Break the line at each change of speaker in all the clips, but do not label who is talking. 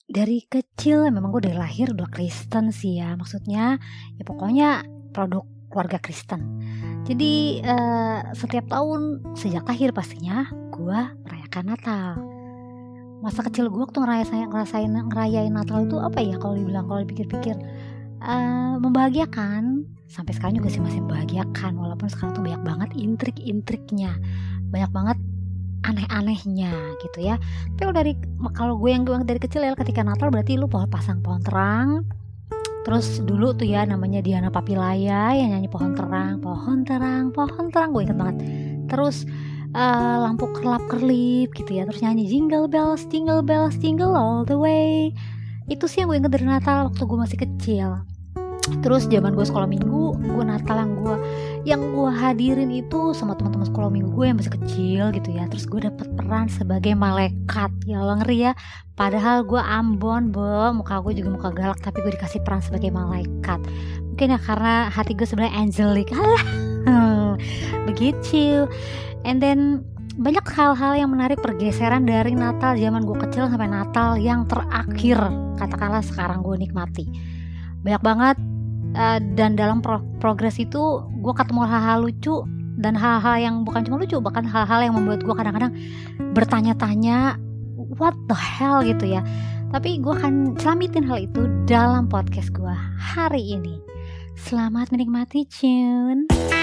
Dari kecil memang gue dari lahir udah Kristen sih ya. Maksudnya ya pokoknya produk keluarga Kristen. Jadi setiap tahun sejak lahir pastinya gue merayakan Natal. Masa kecil gue waktu ngerayain Natal itu apa ya, kalau dipikir-pikir membahagiakan. Sampai sekarang juga sih masih membahagiakan, walaupun sekarang tuh banyak banget intrik-intriknya, banyak banget aneh-anehnya gitu ya. Tapi kalau gue yang dari kecil ya, ketika Natal berarti lu pasang pohon terang. Terus dulu tuh ya namanya Diana Papilaya yang nyanyi pohon terang, gue inget banget. Terus lampu kerlap-kerlip gitu ya, terus nyanyi jingle bells, jingle all the way. Itu sih yang gue inget dari Natal waktu gue masih kecil. Terus zaman gue sekolah minggu, gue Natal yang gue hadirin itu sama teman-teman sekolah minggu gue yang masih kecil gitu ya. Terus gue dapet peran sebagai malaikat. Ya Allah, ngeri ya. Padahal gue Ambon, muka gue juga muka galak, tapi gue dikasih peran sebagai malaikat. Mungkin ya karena hati gue sebenarnya angelic. Begitu. And then banyak hal-hal yang menarik, pergeseran dari Natal zaman gue kecil sampai Natal yang terakhir, katakanlah sekarang gue nikmati. Banyak banget. Dan dalam progres itu gue ketemu hal-hal lucu dan hal-hal yang bukan cuma lucu, bahkan hal-hal yang membuat gue kadang-kadang bertanya-tanya what the hell gitu ya. Tapi gue akan selamitin hal itu dalam podcast gue hari ini. Selamat menikmati Cun.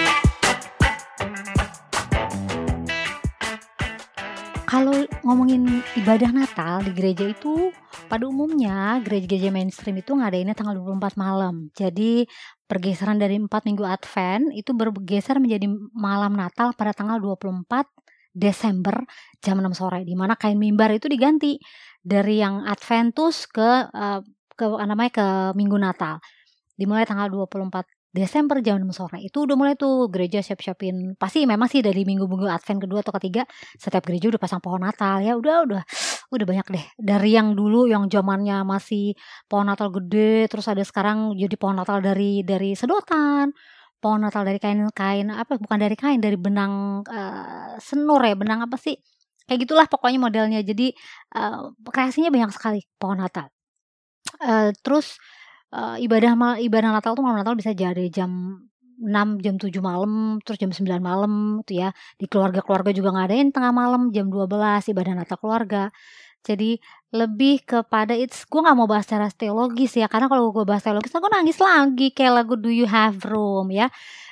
Kalau ngomongin ibadah Natal di gereja itu, pada umumnya gereja-gereja mainstream itu ngadainnya tanggal 24 malam. Jadi pergeseran dari 4 minggu Advent itu bergeser menjadi malam Natal pada tanggal 24 Desember jam 6 sore. Di mana kain mimbar itu diganti dari yang Adventus ke Minggu Natal. Dimulai tanggal 24 Desember jam 6 sore. Itu udah mulai tuh gereja siap-siapin. Pasti memang sih dari minggu-minggu Advent kedua atau ketiga setiap gereja udah pasang pohon Natal ya. Udah banyak deh. Dari yang dulu yang zamannya masih pohon Natal gede, terus ada sekarang jadi pohon Natal dari sedotan. Pohon Natal dari kain bukan dari kain, dari benang senur ya, benang apa sih? Kayak gitulah pokoknya modelnya. Jadi kreasinya banyak sekali pohon Natal. Terus ibadah Natal tuh malam Natal bisa jadi jam 6, jam 7 malam, terus jam 9 malam itu ya. Di keluarga-keluarga juga ngadain tengah malam jam 12 ibadah Natal keluarga. Jadi lebih kepada gue gak mau bahas secara teologis ya, karena kalau gue bahas teologis aku nangis lagi kayak lagu Do You Have Room ya.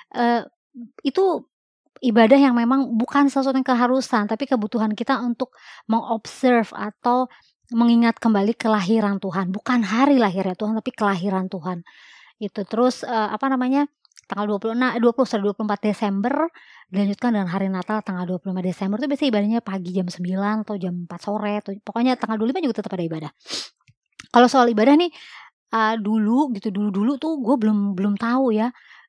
Itu ibadah yang memang bukan sesuatu yang keharusan, tapi kebutuhan kita untuk mengobserve atau mengingat kembali kelahiran Tuhan, bukan hari lahirnya Tuhan tapi kelahiran Tuhan. Itu terus tanggal 24 Desember dilanjutkan dengan hari Natal tanggal 25 Desember. Itu biasanya ibadahnya pagi jam 9 atau jam 4 sore atau pokoknya tanggal 25 juga tetap ada ibadah. Kalau soal ibadah nih dulu tuh gue belum tahu ya.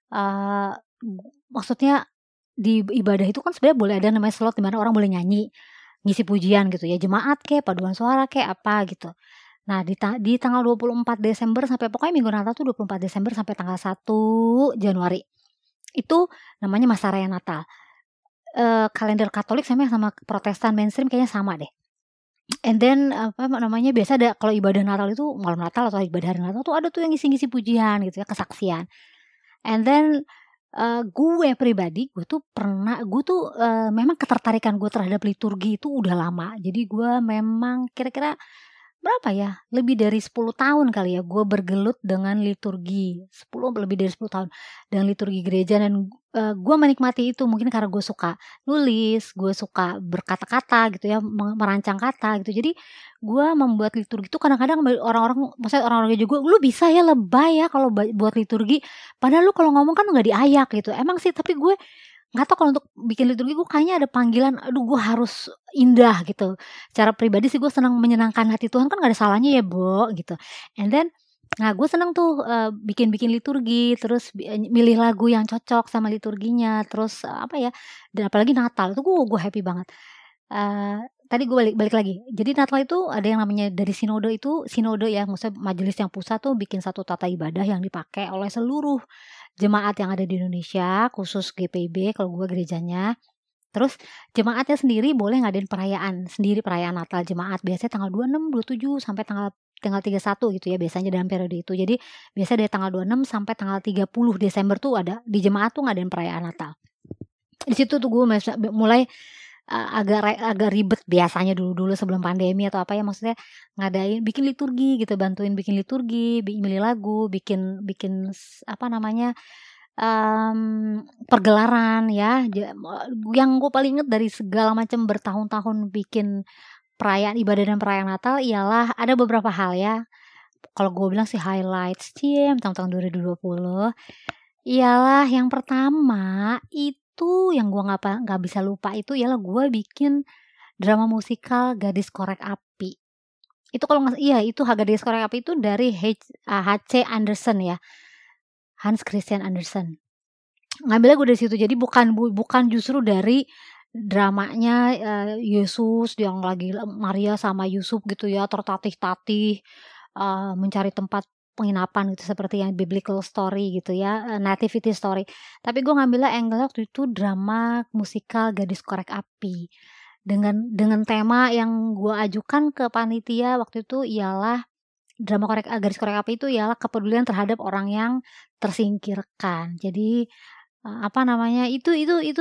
Maksudnya di ibadah itu kan sebenarnya boleh ada namanya slot di mana orang boleh nyanyi, ngisi pujian gitu ya, jemaat kayak paduan suara kayak apa gitu. Nah di tanggal 24 Desember sampai pokoknya minggu Natal tuh 24 Desember sampai tanggal 1 Januari itu namanya masa raya Natal. Kalender Katolik sama Protestan mainstream kayaknya sama deh. And then biasa ada kalau ibadah Natal itu malam Natal atau ibadah hari Natal tuh ada tuh yang ngisi-ngisi pujian gitu ya, kesaksian. And then gue pribadi, gue tuh memang ketertarikan gue terhadap liturgi itu udah lama. Jadi gue memang kira-kira berapa ya, lebih dari 10 tahun kali ya gue bergelut dengan liturgi, lebih dari 10 tahun dengan liturgi gereja. Dan gue menikmati itu mungkin karena gue suka nulis, gue suka berkata-kata gitu ya, merancang kata gitu. Jadi gue membuat liturgi itu kadang-kadang orang-orang juga, lu bisa ya lebay ya kalau buat liturgi, padahal lu kalau ngomong kan gak diayak gitu. Emang sih, tapi gue nggak tahu kalau untuk bikin liturgi gue kayaknya ada panggilan, gue harus indah gitu. Secara pribadi sih gue senang menyenangkan hati Tuhan, kan gak ada salahnya ya Bo gitu. And then gue senang tuh bikin liturgi, terus milih lagu yang cocok sama liturginya, terus dan apalagi Natal itu gue happy banget. Tadi gue balik lagi. Jadi Natal itu ada yang namanya dari sinode ya, maksudnya majelis yang pusat tuh bikin satu tata ibadah yang dipakai oleh seluruh jemaat yang ada di Indonesia, khusus GPIB kalau gue gerejanya. Terus jemaatnya sendiri boleh ngadain perayaan Natal jemaat, biasanya tanggal 26, 27 sampai tanggal tanggal 31 gitu ya biasanya dalam periode itu. Jadi biasa dari tanggal 26 sampai tanggal 30 Desember tuh ada di jemaat tuh ngadain perayaan Natal. Di situ tuh gue mulai agak ribet biasanya dulu sebelum pandemi atau apa ya, maksudnya bikin liturgi gitu, bantuin bikin liturgi, milih lagu, bikin apa namanya, pergelaran ya. Yang gue paling inget dari segala macam bertahun-tahun bikin perayaan ibadah dan perayaan Natal ialah ada beberapa hal ya. Kalau gue bilang sih highlights tahun 2020 ialah yang pertama itu yang gue nggak bisa lupa itu ialah gue bikin drama musikal Gadis Korek Api. Itu kalau nggak iya itu Gadis Korek Api itu dari H.C. Andersen ya, Hans Christian Andersen. Ngambilnya gue dari situ, jadi bukan justru dari dramanya Yesus yang lagi Maria sama Yusuf gitu ya tertatih-tatih mencari tempat penginapan gitu seperti yang biblical story gitu ya, nativity story. Tapi gue ngambilnya angle waktu itu drama musikal Gadis Korek Api dengan tema yang gue ajukan ke panitia waktu itu ialah Gadis Korek Api itu ialah kepedulian terhadap orang yang tersingkirkan. Jadi apa namanya itu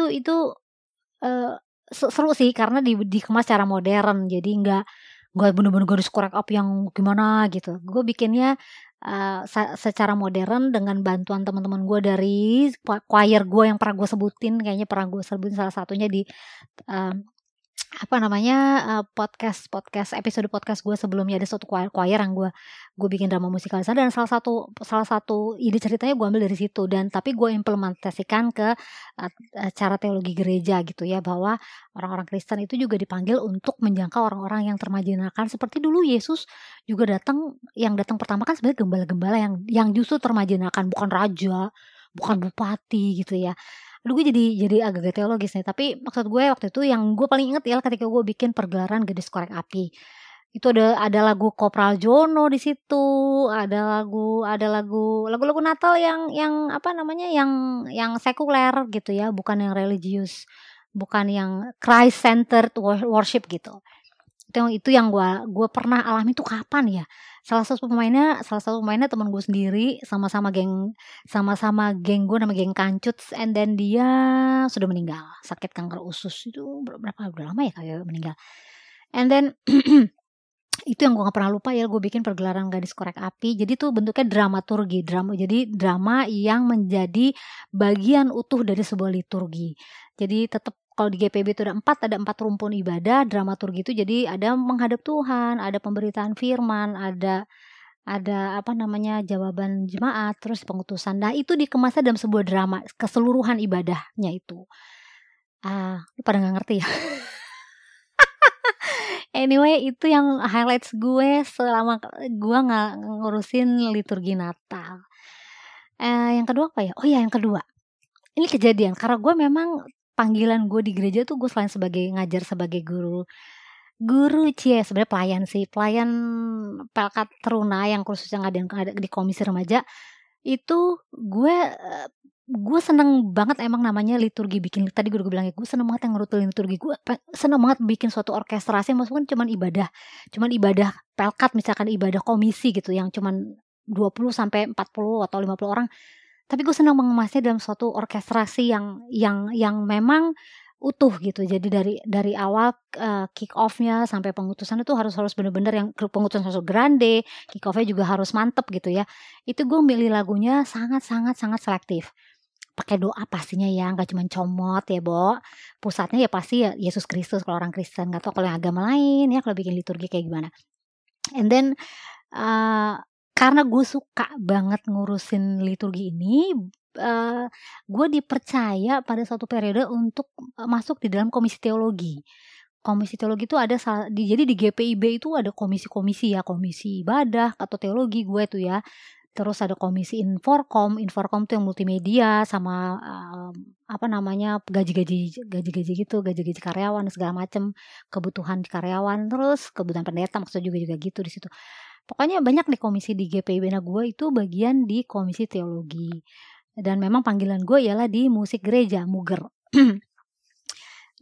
seru sih karena dikemas secara modern, jadi nggak bener-bener Gadis Korek Api yang gimana gitu. Gue bikinnya secara modern dengan bantuan teman-teman gue dari choir gue yang pernah gue sebutin, kayaknya pernah gue sebutin salah satunya di apa namanya podcast episode podcast gue sebelumnya. Ada suatu choir yang gue bikin drama musikal di sana, dan salah satu ide ceritanya gue ambil dari situ, dan tapi gue implementasikan ke cara teologi gereja gitu ya, bahwa orang-orang Kristen itu juga dipanggil untuk menjangkau orang-orang yang termarginalkan seperti dulu Yesus juga yang datang pertama kan sebenarnya gembala-gembala yang justru termarginalkan, bukan raja, bukan bupati gitu ya. Aduh, gue jadi agak teologis nih, tapi maksud gue waktu itu yang gue paling inget ya ketika gue bikin pergelaran Gadis Korek Api. Itu ada lagu Kopral Jono di situ, ada lagu Natal yang apa namanya, yang sekuler gitu ya, bukan yang religius, bukan yang Christ centered worship gitu. Itu yang gue pernah alami tuh kapan ya? Salah satu pemainnya teman gue sendiri, sama-sama geng gue nama geng Kancut, and then dia sudah meninggal sakit kanker usus. Itu udah lama ya kayak meninggal. And then itu yang gue gak pernah lupa ya, gue bikin pergelaran Gadis Korek Api. Jadi tuh bentuknya dramaturgi, jadi drama yang menjadi bagian utuh dari sebuah liturgi. Jadi tetap kalau di GPB itu ada 4 rumpun ibadah, dramaturgi itu jadi ada menghadap Tuhan, ada pemberitaan firman, ada apa namanya, jawaban jemaat, terus pengutusan. Nah, itu dikemasnya dalam sebuah drama, keseluruhan ibadahnya itu. Lu pada gak ngerti ya? Anyway, itu yang highlights gue selama gue gak ngurusin liturgi Natal. Yang kedua apa ya? Oh iya, yang kedua. Ini kejadian, karena gue memang panggilan gue di gereja tuh gue selain sebagai ngajar sebagai guru sebenarnya pelayan Pelkat Teruna yang khususnya ada di komisi remaja. Itu gue seneng banget emang namanya liturgi, tadi gue bilang ya, gue seneng banget yang ngurutin liturgi, gue seneng banget bikin suatu orkestrasi, maksudnya cuman ibadah Pelkat, misalkan ibadah komisi gitu yang cuman 20 sampai 40 atau 50 orang. Tapi gue senang mengemasnya dalam suatu orkestrasi yang memang utuh gitu. Jadi dari awal kick off-nya sampai pengutusan itu harus benar-benar yang pengutusan harus grande, kick off-nya juga harus mantep gitu ya. Itu gue milih lagunya sangat selektif. Pakai doa pastinya ya, nggak cuma comot ya, Bo. Pusatnya ya pasti ya Yesus Kristus kalau orang Kristen. Nggak tahu kalau yang agama lain ya kalau bikin liturgi kayak gimana. And then karena gue suka banget ngurusin liturgi ini, gue dipercaya pada suatu periode untuk masuk di dalam komisi teologi. Komisi teologi itu ada jadi di GPIB itu ada komisi-komisi ya, komisi ibadah atau teologi gue tuh ya. Terus ada komisi Inforkom tuh yang multimedia sama apa namanya, gaji-gaji gitu, gaji karyawan segala macam, kebutuhan karyawan, terus kebutuhan pendeta maksudnya juga gitu di situ. Pokoknya banyak nih komisi di GPIB. Nah, gue itu bagian di komisi teologi. Dan memang panggilan gue ialah di musik gereja, muger.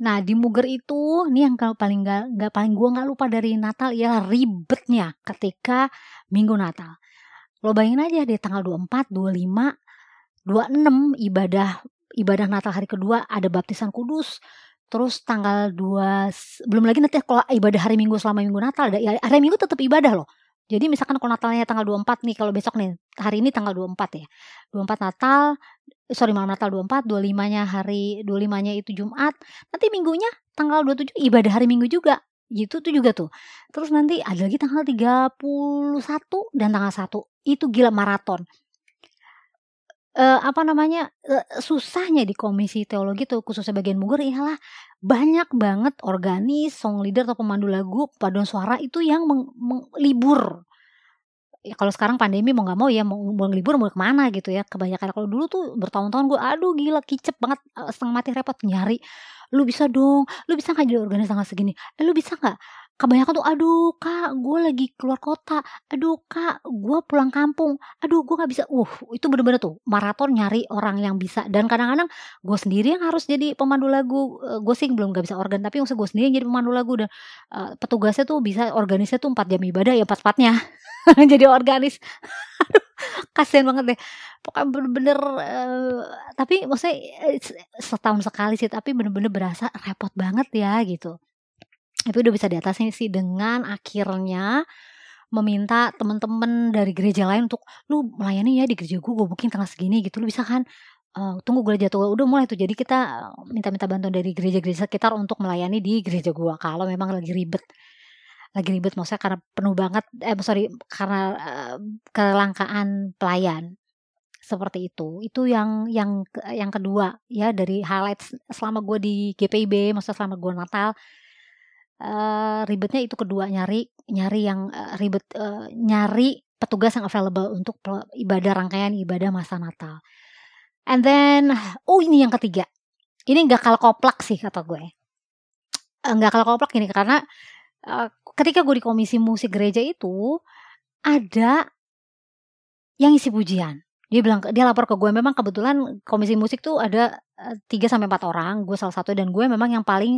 Nah di Muger itu, nih yang paling gue nggak lupa dari Natal ialah ribetnya ketika Minggu Natal. Lo bayangin aja di tanggal 24, 25, 26 ibadah Natal hari kedua ada baptisan kudus. Terus tanggal 2, belum lagi nanti kalau ibadah hari Minggu selama Minggu Natal, hari Minggu tetap ibadah loh. Jadi misalkan kalau Natalnya tanggal 24 nih, kalau besok nih, hari ini tanggal 24 ya. 24 Natal, malam Natal 24, 25-nya hari 25-nya itu Jumat, nanti Minggunya tanggal 27 ibadah hari Minggu juga. Gitu tuh juga tuh. Terus nanti ada lagi tanggal 31 dan tanggal 1. Itu gila maraton. Susahnya di komisi teologi tuh khususnya bagian Muger ialah banyak banget organis, song leader atau pemandu lagu, paduan suara itu yang libur. Ya kalau sekarang pandemi mau nggak mau ya mau libur mau kemana gitu ya, kebanyakan. Kalau dulu tuh bertahun-tahun gue aduh gila kicep banget, setengah mati repot nyari, "Lu bisa dong, lu bisa nggak jadi organis tanggal segini? Lu bisa nggak?" Kebanyakan tuh, "Aduh Kak, gue lagi keluar kota. Aduh Kak, gue pulang kampung. Aduh gue nggak bisa." Itu bener-bener tuh maraton nyari orang yang bisa, dan kadang-kadang gue sendiri yang harus jadi pemandu lagu. Gue sih belum nggak bisa organ, tapi maksud gue sendiri yang jadi pemandu lagu, dan petugasnya tuh bisa organisnya tuh 4 jam ibadah ya 4-4-nya jadi organis. Aduh kasihan banget deh. Pokoknya bener-bener, tapi maksudnya, setahun sekali sih, tapi bener-bener berasa repot banget ya gitu. Tapi udah bisa diatasin sih dengan akhirnya meminta temen-temen dari gereja lain untuk, "Lu melayani ya di gereja gue booking tanggal segini gitu, lu bisa kan? Tunggu gue jadwal." Udah mulai tuh, jadi kita, minta-minta bantuan dari gereja-gereja sekitar untuk melayani di gereja gua kalau memang lagi ribet. Maksudnya karena penuh banget, karena, kelangkaan pelayan, seperti itu. Itu yang kedua ya dari highlights selama gue di GPIB, maksudnya selama gue Natal, ribetnya itu kedua, nyari yang, nyari petugas yang available untuk ibadah rangkaian ibadah masa Natal. And then, ini yang ketiga, ini nggak kalah koplak sih kata gue. Nggak kalah koplak ini karena, ketika gue di komisi musik gereja itu, ada yang isi pujian. Dia lapor ke gue, memang kebetulan komisi musik tuh ada, 3 sampai 4 orang, gue salah satu, dan gue memang yang paling,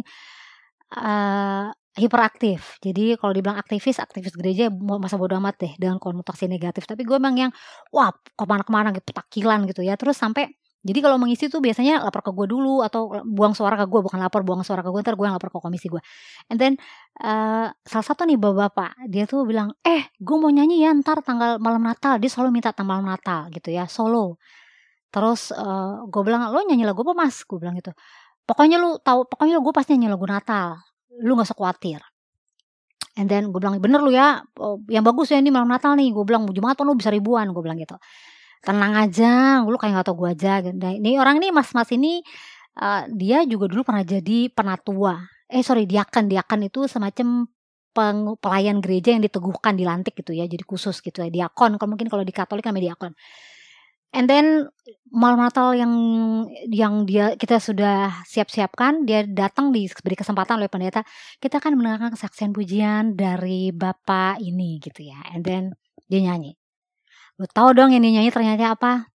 hiperaktif. Jadi kalau dibilang aktivis gereja masa bodo amat deh dengan konotasi negatif, tapi gue memang yang, kemana-kemana gitu, petakilan gitu ya. Terus sampai jadi kalau mengisi tuh biasanya lapor ke gue dulu atau buang suara ke gue, buang suara ke gue, ntar gue yang lapor ke komisi gue. And then, salah satu nih bapak-bapak, dia tuh bilang, gue mau nyanyi ya ntar tanggal malam Natal." Dia selalu minta tanggal malam Natal gitu ya, solo. Terus, gue bilang, "Lo nyanyi lagu apa Mas?" Gue bilang gitu. Pokoknya gue pasti nyanyi lagu Natal, lu gak usah khawatir." And then gue bilang, "Bener lu ya, yang bagus ya ini malam Natal nih." Gue bilang, "Jemaat lu bisa ribuan." Gue bilang gitu. "Tenang aja, lu kayak gak tau gue aja." Nah, ini orang nih, mas-mas ini, dia juga dulu pernah jadi penatua. Diaken. Diaken itu semacam pelayan gereja yang diteguhkan, dilantik gitu ya, jadi khusus gitu ya, diakon. Mungkin kalau di Katolik namanya diakon. And then malam Natal yang kita sudah siapkan, dia datang, diberi kesempatan oleh pendeta, kita akan mendengarkan kesaksian pujian dari Bapak ini gitu ya. And then dia nyanyi. Lu tahu dong yang dia nyanyi ternyata apa?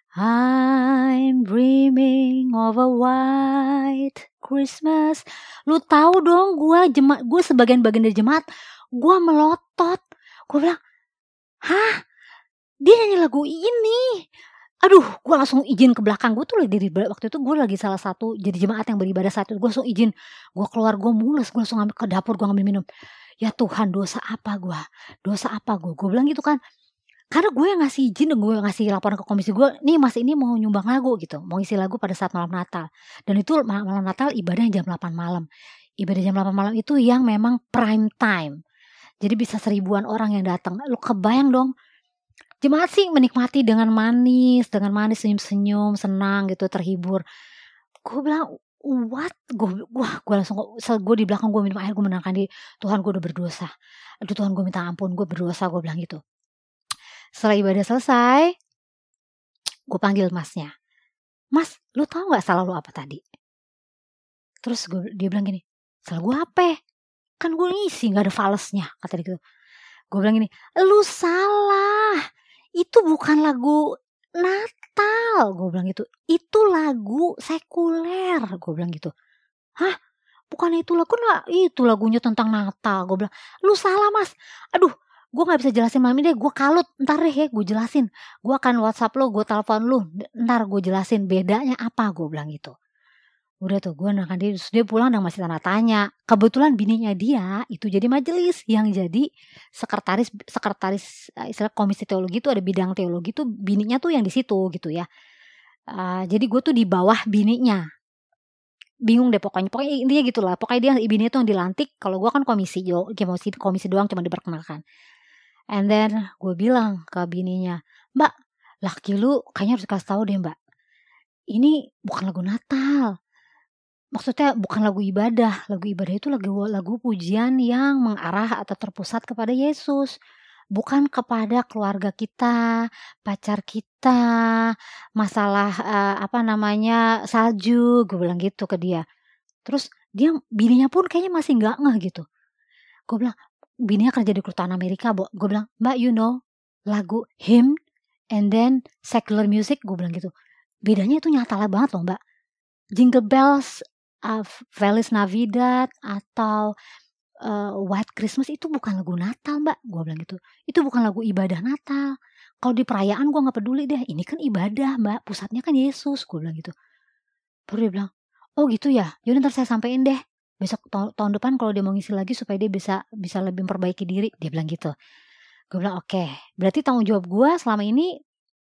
"I'm dreaming of a white Christmas." Lu tahu dong, gue sebagian dari jemaat, gue melotot. Gue bilang, "Hah? Dia nyanyi lagu ini?" Aduh, gue langsung izin ke belakang. Gue tuh waktu itu gue lagi salah satu jadi jemaat yang beribadah saat itu. Gue langsung izin, gue keluar, gue mules, gue langsung ke dapur, gue ngambil minum. "Ya Tuhan, dosa apa gue? Gue bilang gitu kan. Karena gue yang ngasih izin dan gue ngasih laporan ke komisi gue, "Nih Mas ini mau nyumbang lagu gitu, mau isi lagu pada saat malam Natal." Dan itu malam Natal ibadahnya jam 8 malam. Ibadah jam 8 malam itu yang memang prime time. Jadi bisa 1.000-an orang yang datang. Lu kebayang dong. Jemaat sih menikmati dengan manis, senyum-senyum, senang gitu, terhibur. Gue bilang, "What?" Gue langsung, gue di belakang gue minum air, gue menenangkan diri, "Tuhan, gue udah berdosa. Aduh Tuhan, gue minta ampun, gue berdosa." Gue bilang gitu. Setelah ibadah selesai, gue panggil masnya. "Mas, lu tahu nggak salah lu apa tadi?" Terus dia bilang gini, "Salah gue apa? Kan gue ngisi, nggak ada falesnya," kata dia gitu. Gue bilang gini, "Lu salah. Itu bukan lagu Natal." Gue bilang gitu. "Itu lagu sekuler." Gue bilang gitu. "Hah? bukannya itu lagu, nah itu lagunya tentang Natal. Gue bilang, lu salah mas, aduh gue gak bisa jelasin malam ini deh, gue kalut, ntar deh ya gue jelasin, gue akan WhatsApp lo, gue telepon lu, ntar gue jelasin bedanya apa, gue bilang gitu. Udah tuh gue nangkan dia, terus dia pulang dan masih tanda tanya. Kebetulan bininya dia itu jadi majelis, yang jadi sekretaris istilah komisi teologi itu ada bidang teologi tuh, bininya tuh yang di situ gitu ya. Jadi gue tuh di bawah bininya. Bingung deh pokoknya intinya gitulah. Pokoknya dia bininya tuh yang dilantik, kalau gue kan komisi doang cuma diperkenalkan. And then gue bilang ke bininya, "Mbak, laki lu kayaknya harus kasih tahu deh mbak, ini bukan lagu Natal. Maksudnya bukan lagu ibadah. Lagu ibadah itu lagu pujian yang mengarah atau terpusat kepada Yesus, bukan kepada keluarga kita, pacar kita, masalah salju." Gue bilang gitu ke dia. Terus bininya pun kayaknya masih nggak ngeh gitu. Gue bilang, bininya kerja di kedutaan Amerika, gue bilang, "Mbak, you know lagu hymn and then secular music," gue bilang gitu, bedanya itu nyata banget loh mbak. Jingle Bells, Feliz Navidad atau White Christmas itu bukan lagu Natal mbak, gue bilang gitu. Itu bukan lagu ibadah Natal. Kalau di perayaan gue nggak peduli deh, ini kan ibadah mbak, pusatnya kan Yesus, gue bilang gitu. Baru dia bilang, "Oh gitu ya, yaudah ntar saya sampein deh besok tahun depan kalau dia mau ngisi lagi supaya dia bisa lebih memperbaiki diri," dia bilang gitu. Gue bilang, "Oke, berarti tanggung jawab gue selama ini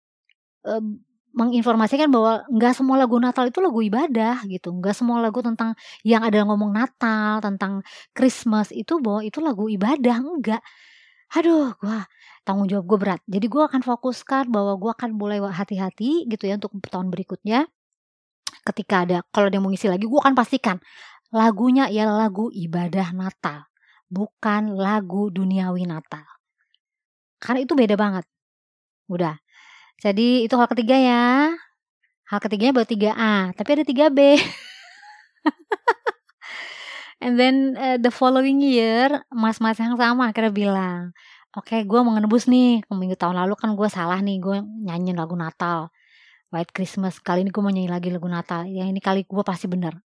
menginformasikan bahwa nggak semua lagu Natal itu lagu ibadah gitu, nggak semua lagu tentang yang ada ngomong Natal, tentang Christmas itu bahwa itu lagu ibadah, enggak." Aduh, tanggung jawab gue berat. Jadi gue akan fokuskan bahwa gue akan mulai hati-hati gitu ya untuk tahun berikutnya. Ketika kalau dia mau ngisi lagi, gue akan pastikan lagunya ialah lagu ibadah Natal, bukan lagu duniawi Natal. Karena itu beda banget. Udah. Jadi itu hal ketiga ya. Hal ketiganya baru 3A, tapi ada 3B. And then the following year, mas-mas yang sama akhirnya bilang, "Oke, gue mau ngebus nih, minggu tahun lalu kan gue salah nih, gue nyanyiin lagu Natal, White Christmas, kali ini gue mau nyanyi lagi lagu Natal, yang ini kali gue pasti bener."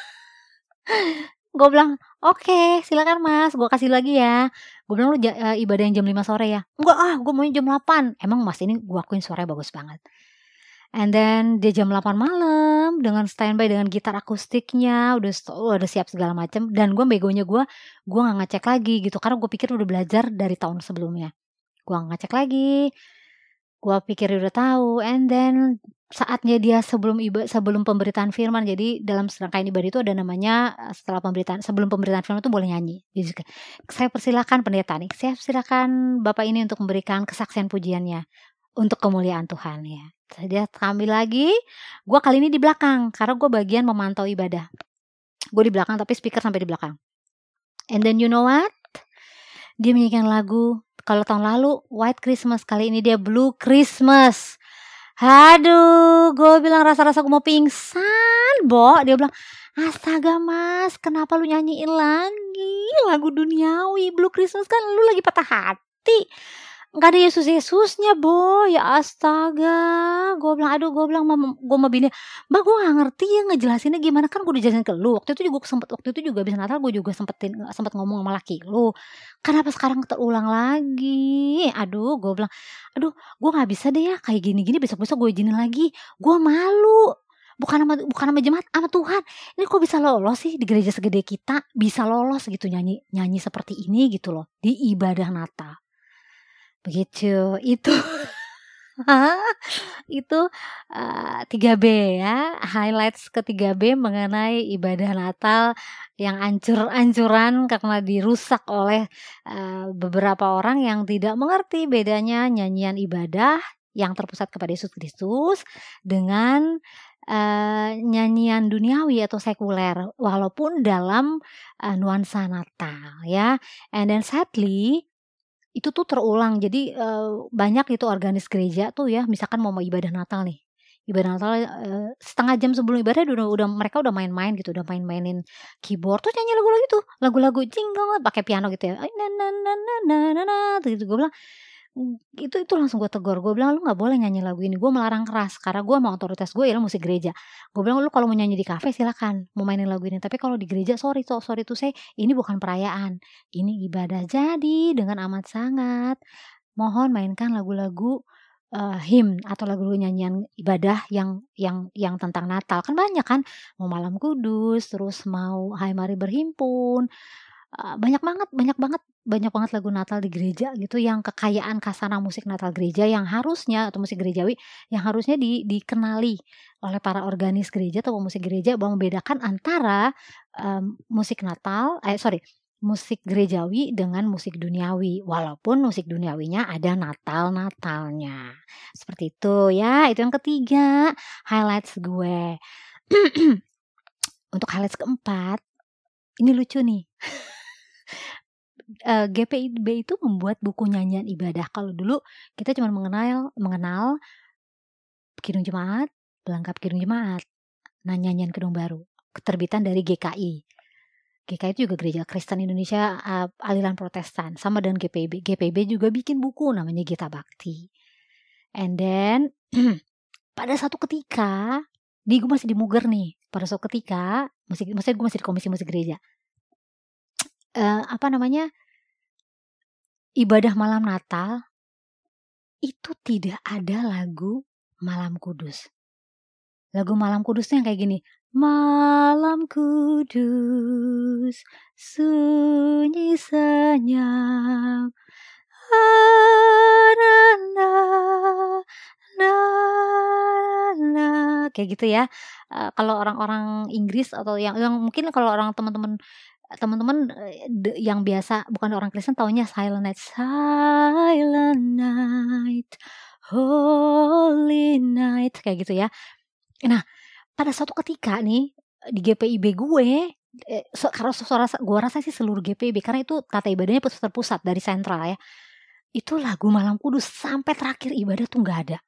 Gue bilang, "Oke, silakan mas, gue kasih lagi ya." Gue bilang, "Lu ibadah yang jam 5 sore ya?" "Enggak gue maunya jam 8. Emang mas ini gue akuin suaranya bagus banget. And then dia jam 8 malam dengan standby dengan gitar akustiknya, udah siap segala macam, dan gue begonya gue nggak ngecek lagi gitu, karena gue pikir udah belajar dari tahun sebelumnya. Gue nggak ngecek lagi, gue pikir udah tahu. And then saatnya dia sebelum pemberitaan firman, jadi dalam serangkaian ibadah itu ada namanya sebelum pemberitaan firman itu boleh nyanyi. Jadi saya persilakan pendeta nih, saya persilakan bapak ini untuk memberikan kesaksian pujiannya untuk kemuliaan Tuhan ya. Dia ambil lagi, gue kali ini di belakang karena gue bagian memantau ibadah. Gue di belakang tapi speaker sampai di belakang. And then you know what? Dia menyanyikan lagu, kalau tahun lalu White Christmas, kali ini dia Blue Christmas. Aduh, gue bilang rasa-rasa gue mau pingsan, Bo. Dia bilang, "Astaga mas, kenapa lu nyanyiin lagi lagu duniawi? Blue Christmas kan lu lagi patah hati. Gak ada Yesus-Yesusnya, Bo. Ya astaga." Gue bilang, gue sama bini, "Mbak, gue gak ngerti ya ngejelasinnya gimana, kan gue udah jelasin ke lu. Waktu itu juga habis Natal gue juga sempet ngomong sama laki lu. Kenapa sekarang terulang lagi?" Gue bilang, gue gak bisa deh ya kayak gini-gini, besok-besok gue izinin lagi. Gue malu. Bukan sama jemaat, sama Tuhan. Ini kok bisa lolos sih di gereja segede kita, bisa lolos gitu nyanyi seperti ini gitu loh di ibadah Natal. Begitu, itu itu 3B ya, highlights ke 3B mengenai ibadah Natal yang ancur-ancuran karena dirusak oleh beberapa orang yang tidak mengerti bedanya nyanyian ibadah yang terpusat kepada Yesus Kristus dengan nyanyian duniawi atau sekuler, walaupun dalam nuansa Natal ya. And then sadly itu tuh terulang. Jadi banyak itu organis gereja tuh ya, misalkan mau ibadah Natal nih. Ibadah Natal setengah jam sebelum ibadah mereka udah main-main gitu, udah main-mainin keyboard tuh nyanyi lagu-lagu itu, lagu-lagu jingle pakai piano gitu ya. Na na na na na na gitu. Gue bilang, Itu langsung gue tegur, gue bilang, "Lu nggak boleh nyanyi lagu ini." Gue melarang keras, karena gue mau otoritas gue ialah musik gereja. Gue bilang, "Lu kalau mau nyanyi di kafe silakan, mau mainin lagu ini, tapi kalau di gereja sorry to say, ini bukan perayaan, ini ibadah. Jadi dengan amat sangat mohon mainkan lagu-lagu, himn atau lagu-lagu nyanyian ibadah yang tentang Natal." Kan banyak kan, mau Malam Kudus, terus mau Hai Mari Berhimpun, banyak banget lagu Natal di gereja gitu yang kekayaan khasanah musik Natal gereja yang harusnya atau musik gerejawi yang harusnya dikenali oleh para organis gereja atau musik gereja bahwa membedakan antara, musik Natal musik gerejawi dengan musik duniawi, walaupun musik duniawinya ada Natal-Natalnya. Seperti itu ya, itu yang ketiga highlights gue. Untuk highlights keempat, ini lucu nih. GPIB itu membuat buku nyanyian ibadah. Kalau dulu kita cuma mengenal Kidung Jemaat, pelengkap Kidung Jemaat, nyanyian Kidung Baru, keterbitan dari GKI. GKI itu juga Gereja Kristen Indonesia, aliran Protestan, sama dengan GPIB. GPIB juga bikin buku namanya Gita Bakti. And then pada satu ketika, gue masih di Muger nih. Pada suatu ketika, maksudnya gue masih di Komisi Musik Gereja. Ibadah malam Natal itu tidak ada lagu Malam Kudus. Lagu Malam Kudus yang kayak gini. Malam kudus, sunyi senyap, kayak gitu ya. Kalau orang-orang Inggris atau yang mungkin kalau orang teman-teman yang biasa bukan orang Kristen taunya Silent Night, Holy Night, kayak gitu ya. Nah, pada suatu ketika nih di GPIB gue, karena gue rasa sih seluruh GPIB karena itu tata ibadahnya terpusat dari sentral ya. Itu lagu Malam Kudus sampai terakhir ibadah tuh nggak ada.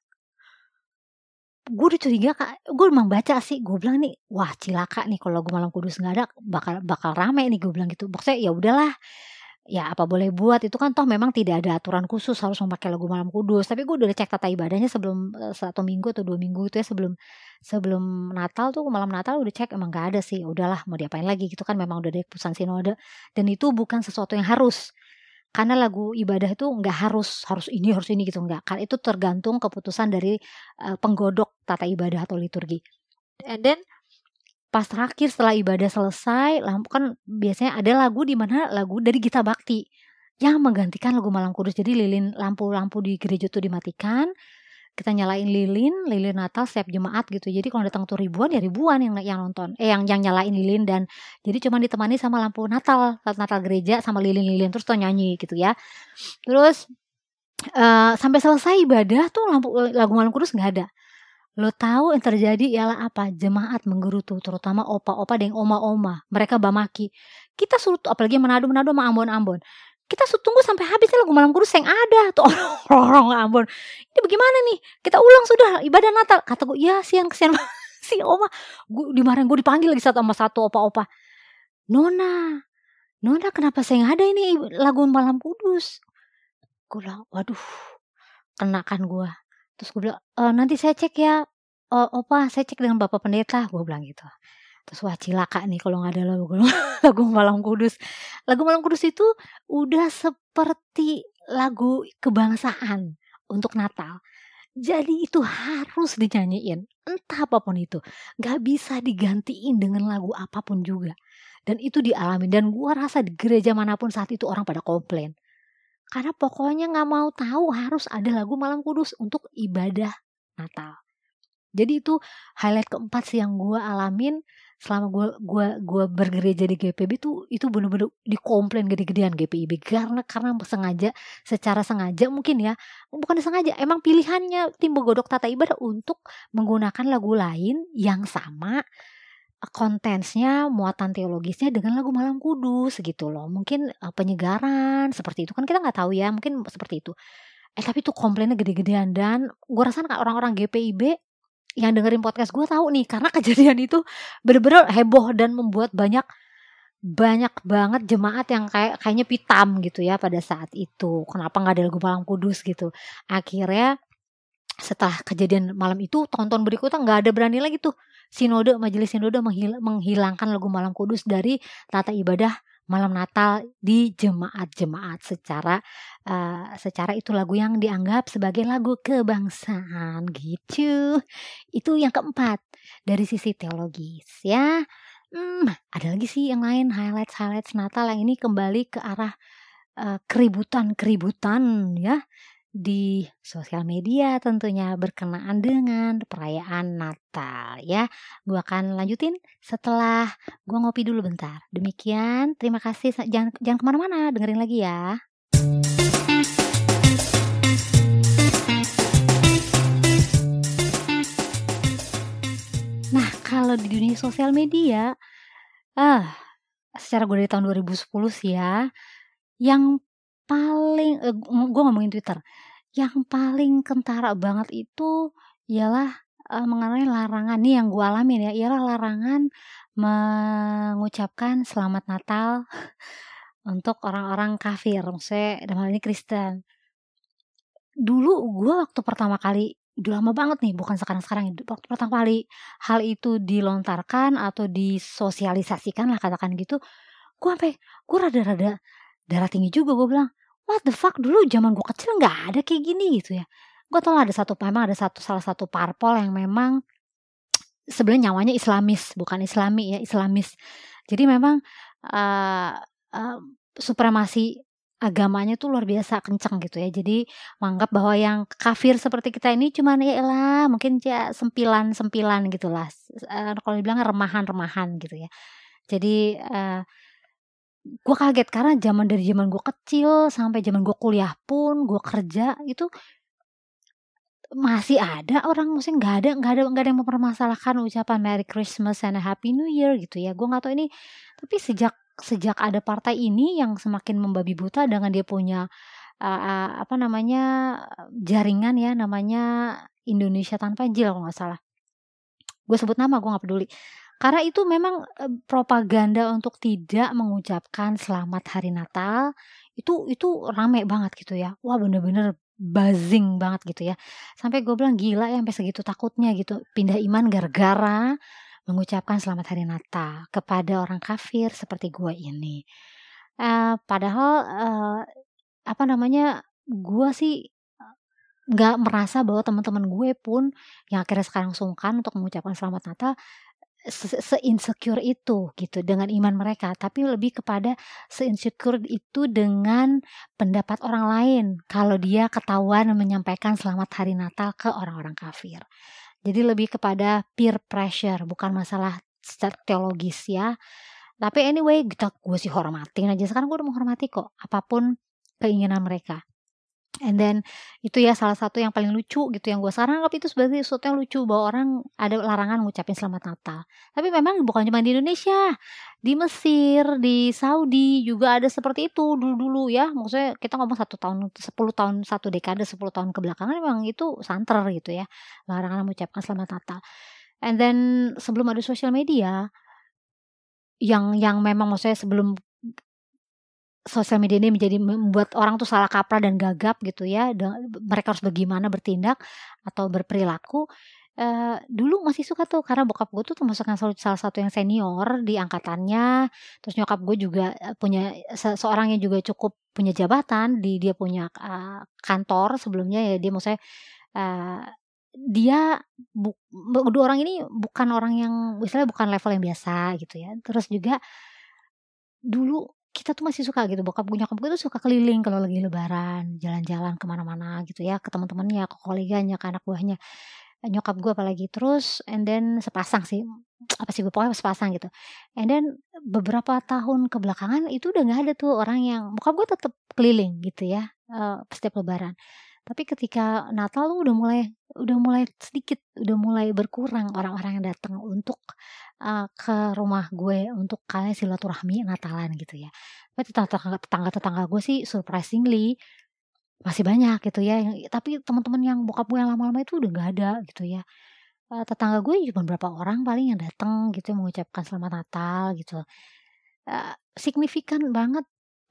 Gue udah curiga, gue emang baca sih, gue bilang nih, wah cilaka nih kalau lagu Malam Kudus nggak ada, bakal rame nih, gue bilang gitu. Maksudnya ya udahlah, ya apa boleh buat, itu kan toh memang tidak ada aturan khusus harus memakai lagu Malam Kudus. Tapi gue udah cek tata ibadahnya sebelum 1 minggu atau 2 minggu itu ya, sebelum Natal tuh, malam Natal udah cek emang nggak ada sih. Udahlah mau diapain lagi gitu kan, memang udah ada keputusan sinode dan itu bukan sesuatu yang harus. Karena lagu ibadah itu nggak harus ini gitu, enggak. Kan itu tergantung keputusan dari penggodok tata ibadah atau liturgi. And then pas terakhir setelah ibadah selesai, kan biasanya ada lagu di mana lagu dari Gita Bakti yang menggantikan lagu Malam Kudus. Jadi lilin lampu di gereja tuh dimatikan, kita nyalain lilin Natal setiap jemaat gitu. Jadi kalau datang tuh ribuan yang nonton, yang nyalain lilin, dan jadi cuma ditemani sama lampu Natal gereja sama lilin terus tuh nyanyi gitu ya. Terus sampai selesai ibadah tuh lagu Malam Kudus nggak ada. Lo tahu yang terjadi ialah apa? Jemaat menggerutu, terutama opa-opa dan oma-oma. Mereka bamaki. Kita suruh, apalagi Manado sama Ambon. Kita tunggu sampai habisnya lagu Malam Kudus yang ada tuh orang Ambon. Ini bagaimana nih? Kita ulang sudah ibadah Natal. Kata gue, ya kesian si oma. Gue dipanggil lagi sama satu opa-opa. Nona kenapa saya nggak ada ini lagu Malam Kudus? Gue bilang, waduh, kenakan gue. Terus gue bilang, nanti saya cek ya, opa, saya cek dengan Bapak Pendeta, gue bilang gitu. Terus wah cilaka nih kalau nggak ada lagu Malam Kudus. Lagu Malam Kudus itu udah seperti lagu kebangsaan untuk Natal. Jadi itu harus dinyanyiin, entah apapun itu. Gak bisa digantiin dengan lagu apapun juga. Dan itu dialami. Dan gua rasa di gereja manapun saat itu orang pada komplain. Karena pokoknya gak mau tahu harus ada lagu Malam Kudus untuk ibadah Natal. Jadi itu highlight keempat sih yang gue alamin selama gue bergereja di GPIB itu bener-bener dikomplain gede-gedean GPIB karena secara sengaja mungkin ya, bukan sengaja, emang pilihannya tim penggodok tata ibadah untuk menggunakan lagu lain yang sama kontensnya, muatan teologisnya dengan lagu Malam Kudus gitu loh. Mungkin penyegaran seperti itu kan kita nggak tahu ya, mungkin seperti itu. Tapi itu komplainnya gede-gedean dan gue rasa orang-orang GPIB yang dengerin podcast gue tahu nih, karena kejadian itu bener-bener heboh dan membuat banyak banyak banget jemaat yang kayaknya pitam gitu ya pada saat itu. Kenapa nggak ada lagu Malam Kudus gitu. Akhirnya setelah kejadian malam itu, tahun-tahun berikutnya nggak ada berani lagi tuh majelis sinode menghilangkan lagu Malam Kudus dari tata ibadah malam Natal di jemaat-jemaat secara itu lagu yang dianggap sebagai lagu kebangsaan gitu. Itu yang keempat dari sisi teologis ya. Ada lagi sih yang lain highlights Natal yang ini kembali ke arah keributan ya di sosial media tentunya berkenaan dengan perayaan Natal ya. Gua akan lanjutin setelah gua ngopi dulu bentar. Demikian, terima kasih. Jangan jangan kemana-mana, dengerin lagi ya. Nah, kalau di dunia sosial media, secara gue dari tahun 2010 sih ya, yang paling gue ngomongin Twitter, yang paling kentara banget itu ialah, mengenai larangan nih yang gue alamin ya, ialah larangan mengucapkan selamat Natal untuk orang-orang kafir, maksudnya dalam hal ini Kristen. Dulu gue waktu pertama kali, udah lama banget nih, bukan sekarang-sekarang, waktu pertama kali hal itu dilontarkan atau disosialisasikan lah katakan gitu, gue rada-rada darah tinggi juga, gue bilang, "What the fuck, dulu zaman gue kecil nggak ada kayak gini," gitu ya. Gue tau lah memang ada salah satu parpol yang memang sebenarnya nyawanya Islamis, bukan Islami ya, Islamis. Jadi memang, eee eee, supremasi agamanya tuh luar biasa kenceng gitu ya. Jadi menganggap bahwa yang kafir seperti kita ini cuman ya elah mungkin ya sempilan-sempilan gitulah, kalau dibilang remahan-remahan gitu ya. Jadi, gue kaget karena dari zaman gue kecil sampai zaman gue kuliah pun, gue kerja itu masih ada orang maksudnya nggak ada yang mempermasalahkan ucapan Merry Christmas and a Happy New Year gitu ya. Gue nggak tahu ini, tapi sejak ada partai ini yang semakin membabi buta dengan dia punya, apa namanya, jaringan ya namanya Indonesia Tanpa Jil kalau nggak salah. Gue sebut nama, gue nggak peduli. Karena itu memang, propaganda untuk tidak mengucapkan selamat hari Natal, itu rame banget gitu ya. Wah bener-bener buzzing banget gitu ya. Sampai gue bilang, "Gila ya sampai segitu takutnya gitu, pindah iman gara-gara mengucapkan selamat hari Natal kepada orang kafir seperti gue ini." Padahal, apa namanya, gue sih, nggak merasa bahwa teman-teman gue pun yang akhirnya sekarang sungkan untuk mengucapkan selamat Natal se-insecure itu gitu dengan iman mereka, tapi lebih kepada se-insecure itu dengan pendapat orang lain kalau dia ketahuan menyampaikan selamat hari Natal ke orang-orang kafir. Jadi lebih kepada peer pressure, bukan masalah secara teologis ya. Tapi anyway, gue sih hormatin aja, sekarang gue udah menghormati kok apapun keinginan mereka. And then itu ya salah satu yang paling lucu gitu yang gue sekarang anggap itu sebagai sesuatu yang lucu bahwa orang ada larangan ngucapin selamat Natal. Tapi memang bukan cuma di Indonesia, di Mesir, di Saudi juga ada seperti itu dulu-dulu ya. Maksudnya kita ngomong 10 tahun, 10 tahun kebelakangan memang itu santer gitu ya. Larangan mengucapkan selamat Natal. And then sebelum ada sosial media yang memang maksudnya sebelum sosial media ini membuat orang tuh salah kaprah dan gagap gitu ya, mereka harus bagaimana bertindak atau berperilaku, dulu masih suka tuh karena bokap gue tuh termasuk yang salah satu yang senior di angkatannya, terus nyokap gue juga, punya seorang yang juga cukup punya jabatan dia punya, kantor sebelumnya ya dia maksudnya, eee, dia kedua orang ini bukan orang yang misalnya bukan level yang biasa gitu ya, terus juga dulu kita tuh masih suka gitu, nyokap gue tuh suka keliling kalau lagi lebaran, jalan-jalan ke mana-mana gitu ya, ke teman-temannya, ke koleganya, ke anak buahnya, nyokap gue apalagi. Terus and then sepasang sih, apa sih gue pokoknya sepasang gitu. And then beberapa tahun kebelakangan itu udah nggak ada tuh orang yang bokap gue tetap keliling gitu ya, setiap lebaran. Tapi ketika Natal tuh udah mulai sedikit, udah mulai berkurang orang-orang yang datang untuk, ke rumah gue untuk kalian silaturahmi Natalan gitu ya. Tapi tetangga-tetangga gue sih surprisingly masih banyak gitu ya tapi teman-teman yang bokap gue yang lama-lama itu udah nggak ada gitu ya. Tetangga gue cuma berapa orang paling yang datang gitu mengucapkan selamat Natal gitu. signifikan banget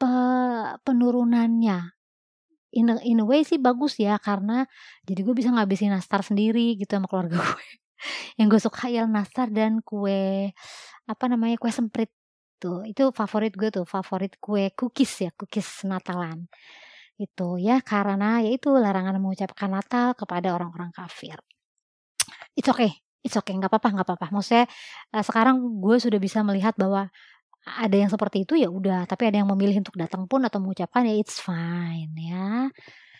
penurunannya. In a way sih bagus ya, karena jadi gue bisa ngabisin nastar sendiri gitu sama keluarga gue. Yang gue suka ialah nastar dan kue, apa namanya, kue semprit tuh. Itu favorit gue tuh, favorit kue cookies ya, cookies Natalan. Itu ya, karena ya itu larangan mengucapkan Natal kepada orang-orang kafir. It's okay, nggak apa-apa. Maksudnya, sekarang gue sudah bisa melihat bahwa ada yang seperti itu, ya udah, tapi ada yang memilih untuk datang pun atau mengucapkan, ya it's fine ya.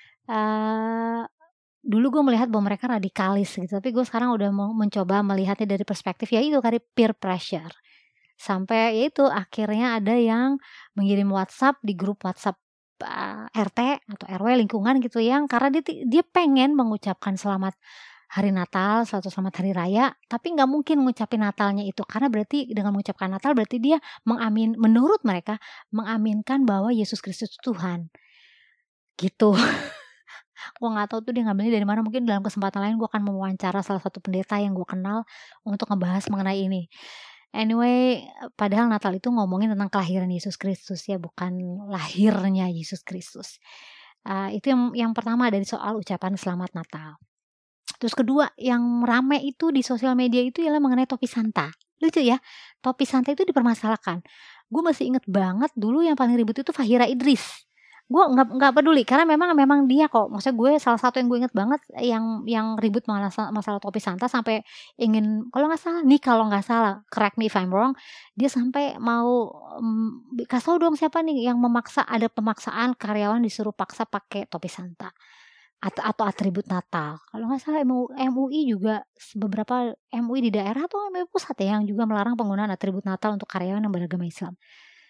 Eee, Dulu gue melihat bahwa mereka radikalis gitu, tapi gue sekarang udah mau mencoba melihatnya dari perspektif ya itu tadi, peer pressure. Sampai ya itu akhirnya ada yang mengirim WhatsApp di grup WhatsApp, RT atau RW lingkungan gitu, yang karena dia pengen mengucapkan selamat hari Natal, selamat hari raya, tapi nggak mungkin ngucapin Natalnya itu, karena berarti dengan mengucapkan Natal berarti dia menurut mereka mengaminkan bahwa Yesus Kristus itu Tuhan, gitu. Gue nggak tahu tuh dia ngambilnya dari mana, mungkin dalam kesempatan lain gue akan mewawancara salah satu pendeta yang gue kenal untuk ngebahas mengenai ini. Anyway, padahal Natal itu ngomongin tentang kelahiran Yesus Kristus ya, bukan lahirnya Yesus Kristus. Itu yang pertama dari soal ucapan selamat Natal. Terus kedua yang rame itu di sosial media itu ialah mengenai topi Santa. Lucu ya, topi Santa itu dipermasalahkan. Gue masih inget banget dulu yang paling ribut itu Fahira Idris. Gue nggak peduli karena memang dia kok. Maksudnya gue salah satu yang gue inget banget yang ribut masalah topi Santa sampai ingin, kalau nggak salah, correct me if I'm wrong, dia sampai mau kasih tau dong siapa nih yang ada pemaksaan karyawan disuruh paksa pakai topi Santa. Atau atribut Natal. Kalau nggak salah MUI juga beberapa MUI di daerah atau MUI pusat ya yang juga melarang penggunaan atribut Natal untuk karyawan yang beragama Islam.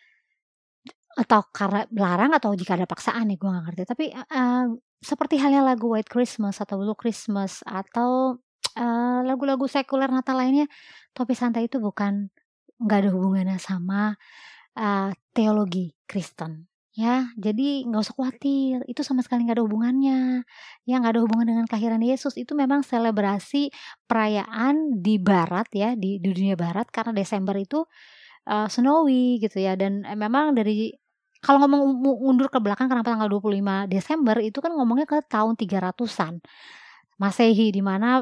Atau karena larang atau jika ada paksaan ya gue nggak ngerti. Tapi seperti halnya lagu White Christmas atau Blue Christmas atau lagu-lagu sekuler Natal lainnya, topi Santa itu nggak ada hubungannya sama teologi Kristen. Ya, jadi nggak usah khawatir, itu sama sekali nggak ada hubungannya. Ya, nggak ada hubungan dengan kelahiran Yesus, itu memang selebrasi perayaan di barat ya, di dunia barat karena Desember itu snowy gitu ya, dan memang kalau ngomong mundur ke belakang kenapa tanggal 25 Desember itu kan ngomongnya ke tahun 300-an Masehi, di mana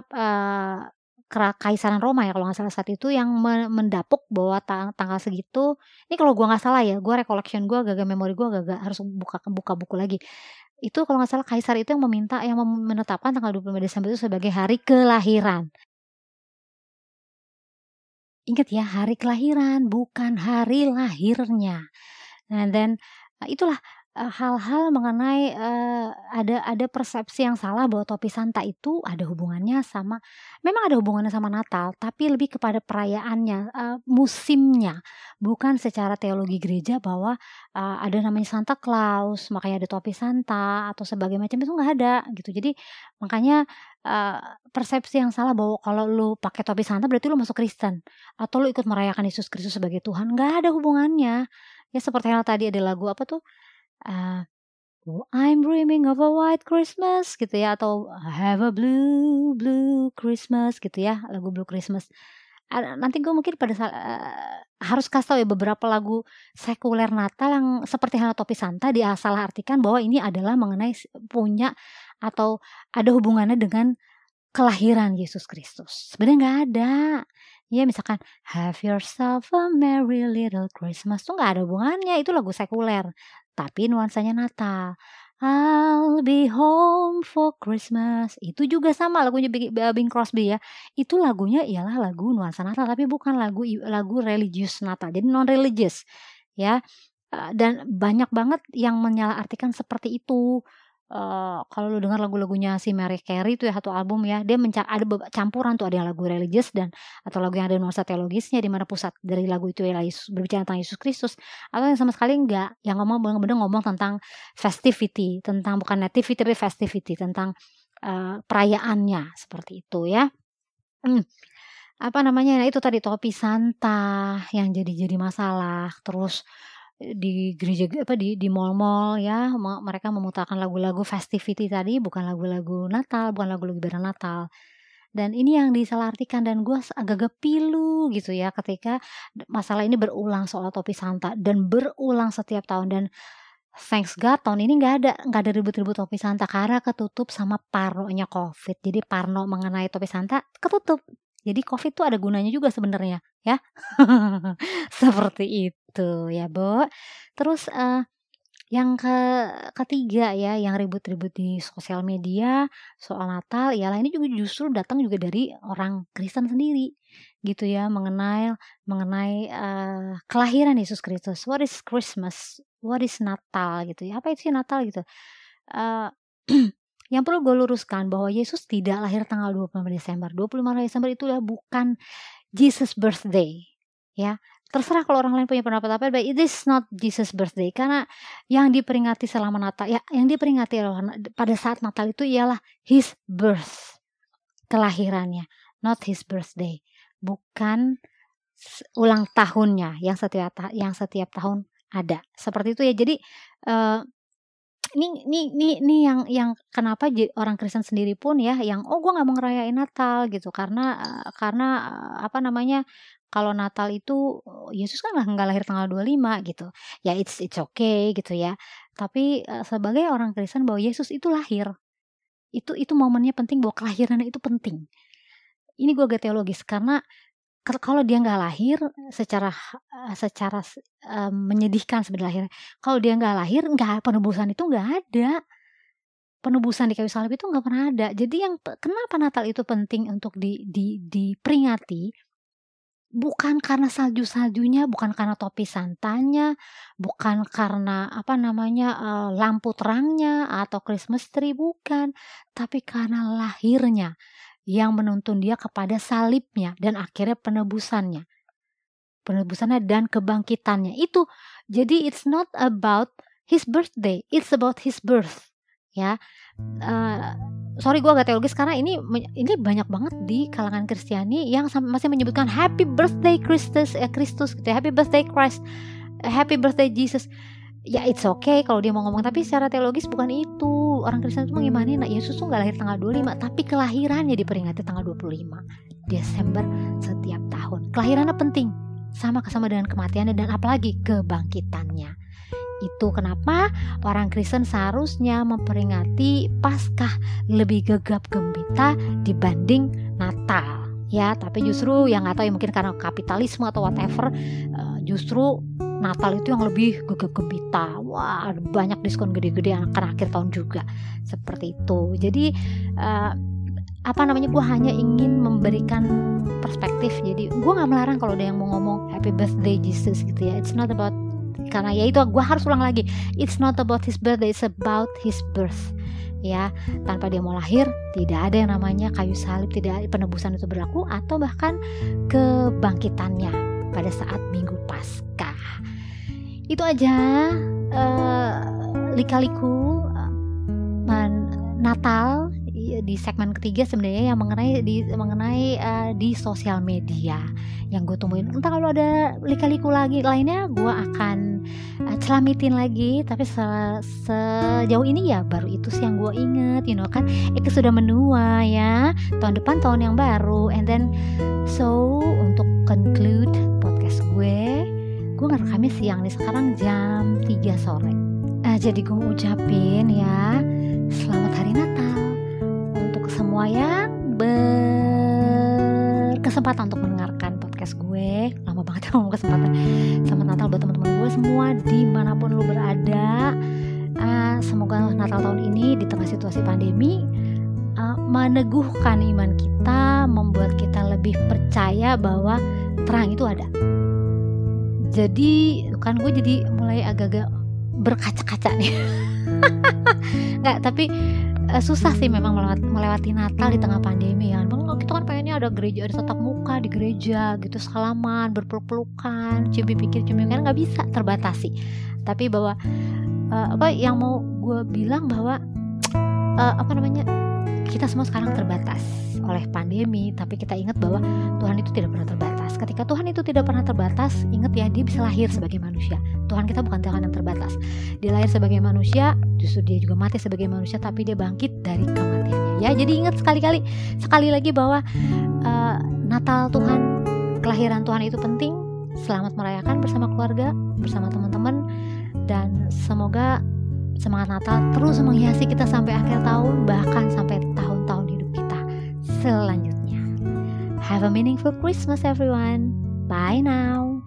Kaisaran Roma ya kalau nggak salah saat itu yang mendapuk bahwa tanggal segitu, ini kalau gua nggak salah ya, gua recollection gua memori gua agak harus buka buku lagi. Itu kalau nggak salah kaisar itu yang menetapkan tanggal 25 Desember itu sebagai hari kelahiran. Ingat ya, hari kelahiran bukan hari lahirnya. Nah dan, itulah, hal-hal mengenai, ada persepsi yang salah bahwa topi Santa itu ada hubungannya memang ada hubungannya sama Natal, tapi lebih kepada perayaannya, musimnya, bukan secara teologi gereja bahwa, ada namanya Santa Claus, makanya ada topi Santa atau sebagai macam, itu nggak ada gitu. Jadi makanya, persepsi yang salah bahwa kalau lu pakai topi Santa berarti lu masuk Kristen, atau lu ikut merayakan Yesus Kristus sebagai Tuhan, nggak ada hubungannya. Ya seperti yang tadi ada lagu apa tuh, eee, I'm dreaming of a white Christmas gitu ya, atau have a blue, blue Christmas gitu ya, lagu Blue Christmas. Nanti gue mungkin harus kasih tahu ya beberapa lagu sekuler Natal yang seperti halnya topi Santa disalahartikan bahwa ini adalah mengenai punya atau ada hubungannya dengan kelahiran Yesus Kristus. Sebenarnya nggak ada. Ya misalkan have yourself a merry little Christmas tuh nggak ada hubungannya, itu lagu sekuler. Tapi nuansanya Natal. I'll be home for Christmas. Itu juga sama lagunya Bing Crosby ya. Itu lagunya ialah lagu nuansa Natal tapi bukan lagu religius Natal. Jadi non religious ya. Dan banyak banget yang menyalahartikan seperti itu. Kalau lu dengar lagu-lagunya si Mariah Carey itu ya satu album ya, dia ada campuran tuh, ada yang lagu religius atau lagu yang ada nuansa teologisnya di mana pusat dari lagu itu ialah berbicara tentang Yesus Kristus, atau yang sama sekali enggak, yang bener-bener ngomong tentang festivity, tentang bukan nativity tapi festivity, tentang, perayaannya seperti itu ya. Apa namanya, nah itu tadi topi Santa yang jadi masalah, terus di gereja di mall-mall ya, mereka memutarkan lagu-lagu festivity tadi, bukan lagu-lagu Natal, bukan lagu-lagu ibadah Natal. Dan ini yang disalahartikan dan gue agak-agak pilu gitu ya ketika masalah ini berulang soal topi Santa dan berulang setiap tahun. Dan thanks God tahun ini nggak ada ribut-ribut topi Santa karena ketutup sama parnonya COVID. Jadi parno mengenai topi Santa ketutup. Jadi COVID tuh ada gunanya juga sebenarnya ya. Seperti itu ya, Bo. Terus yang ketiga ya, yang ribut-ribut di sosial media soal Natal, ialah ini juga justru datang juga dari orang Kristen sendiri gitu ya, mengenai kelahiran Yesus Kristus. What is Christmas? What is Natal gitu ya? Apa itu sih Natal gitu? Yang perlu gue luruskan bahwa Yesus tidak lahir tanggal 25 Desember. 25 Desember itu bukan Jesus birthday ya. Terserah kalau orang lain punya pendapat apa, but it is not Jesus birthday, karena yang diperingati selama Natal ya, yang diperingati pada saat Natal itu ialah his birth, kelahirannya, not his birthday, bukan ulang tahunnya yang setiap tahun ada. Seperti itu ya. Jadi ini yang kenapa orang Kristen sendiri pun ya yang gue nggak mau ngerayain Natal gitu karena apa namanya, kalau Natal itu Yesus kan nggak lahir tanggal 25 gitu ya, it's okay gitu ya. Tapi sebagai orang Kristen bahwa Yesus itu lahir, itu momennya penting, bahwa kelahirannya itu penting. Ini gue agak teologis karena kalau dia nggak lahir secara menyedihkan sebenarnya. Kalau dia nggak lahir, penebusan itu nggak ada. Penebusan di kayu salib itu nggak pernah ada. Jadi kenapa Natal itu penting untuk diperingati? Bukan karena salju-saljunya, bukan karena topi Santanya, bukan karena lampu terangnya atau Christmas tree, bukan. Tapi karena lahirnya yang menuntun dia kepada salibnya dan akhirnya penebusannya dan kebangkitannya itu. Jadi it's not about his birthday, it's about his birth ya. Sorry gue agak teologis karena ini banyak banget di kalangan Kristiani yang masih menyebutkan happy birthday Kristus gitu, happy birthday Christ, happy birthday Jesus. Ya it's okay kalau dia mau ngomong, tapi secara teologis bukan itu. Orang Kristen itu mengimani Yesus tuh gak lahir tanggal 25, tapi kelahirannya diperingati tanggal 25 Desember setiap tahun. Kelahirannya penting, sama dengan kematiannya dan apalagi kebangkitannya. Itu kenapa orang Kristen seharusnya memperingati Paskah lebih gegap gembita dibanding Natal ya. Tapi justru yang gak tahu ya, mungkin karena kapitalisme atau whatever, justru Natal itu yang lebih gegap gembita. Wah, banyak diskon gede-gede karena akhir tahun juga. Seperti itu. Jadi gue hanya ingin memberikan perspektif. Jadi gue gak melarang kalau ada yang mau ngomong happy birthday Jesus gitu ya. It's not about, karena ya itu gue harus ulang lagi, it's not about his birthday, it's about his birth ya. Tanpa dia mau lahir, tidak ada yang namanya kayu salib, tidak ada penebusan itu berlaku, atau bahkan kebangkitannya pada saat Minggu Paskah. Itu aja lika-liku Natal di segmen ketiga sebenarnya, yang mengenai di sosial media yang gue tungguin. Entah kalau ada lika-liku lainnya gue akan celamitin lagi, tapi sejauh ini ya baru itu sih yang gue inget, kan itu sudah menua ya, tahun depan tahun yang baru. And then so untuk conclude podcast gue ngerekamnya siang nih, sekarang jam 3 sore. Jadi gue ucapin ya selamat hari Natal untuk semua yang berkesempatan untuk mendengarkan podcast gue. Lama banget ya ngomong kesempatan. Selamat Natal buat teman-teman gue semua dimanapun lu berada. Semoga Natal tahun ini di tengah situasi pandemi meneguhkan iman kita, membuat kita lebih percaya bahwa terang itu ada. Jadi kan gue jadi mulai agak-agak berkaca-kaca nih. Nggak, tapi susah sih memang melewati Natal di tengah pandemi ya. Kita kan pengennya ada gereja, ada tatap muka di gereja gitu, salaman, berpeluk-pelukan, cium-cium kan nggak bisa, terbatasi. Tapi bahwa yang mau gue bilang bahwa kita semua sekarang terbatas oleh pandemi, tapi kita ingat bahwa Tuhan itu tidak pernah terbatas. Ketika Tuhan itu tidak pernah terbatas, ingat ya, dia bisa lahir sebagai manusia. Tuhan kita bukan Tuhan yang terbatas. Dia lahir sebagai manusia, justru dia juga mati sebagai manusia, tapi dia bangkit dari kematiannya. Ya, jadi ingat sekali lagi bahwa Natal Tuhan, kelahiran Tuhan itu penting. Selamat merayakan bersama keluarga, bersama teman-teman, dan semoga semangat Natal terus menghiasi kita sampai akhir tahun, bahkan sampai tahun-tahun hidup kita selanjutnya. Have a meaningful Christmas everyone. Bye now.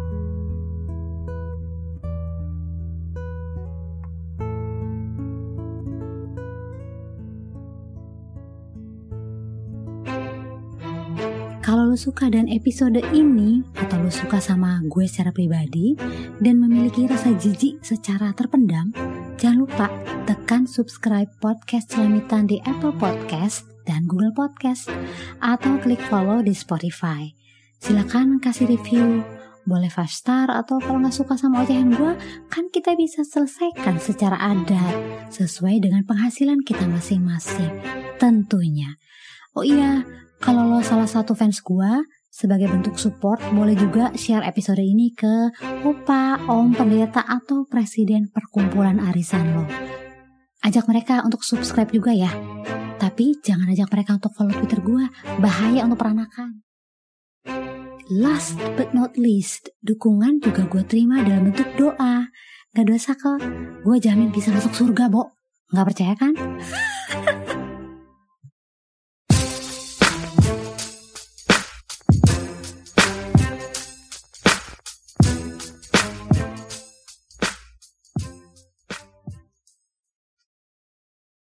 Kalau lo suka dengan episode ini, atau lo suka sama gue secara pribadi, dan memiliki rasa jijik secara terpendam, jangan lupa tekan subscribe podcast Celamitan di Apple Podcast dan Google Podcast, atau klik follow di Spotify. Silakan kasih review, boleh 5 star, atau kalau gak suka sama ocehan gue, kan kita bisa selesaikan secara adat, sesuai dengan penghasilan kita masing-masing, tentunya. Oh iya, kalau lo salah satu fans gua, sebagai bentuk support, boleh juga share episode ini ke opa, om, pendeta, atau presiden perkumpulan arisan lo. Ajak mereka untuk subscribe juga ya. Tapi jangan ajak mereka untuk follow Twitter gua, bahaya untuk peranakan. Last but not least, dukungan juga gua terima dalam bentuk doa. Gak dosa kok, gua jamin bisa masuk surga, Bo. Gak percaya kan?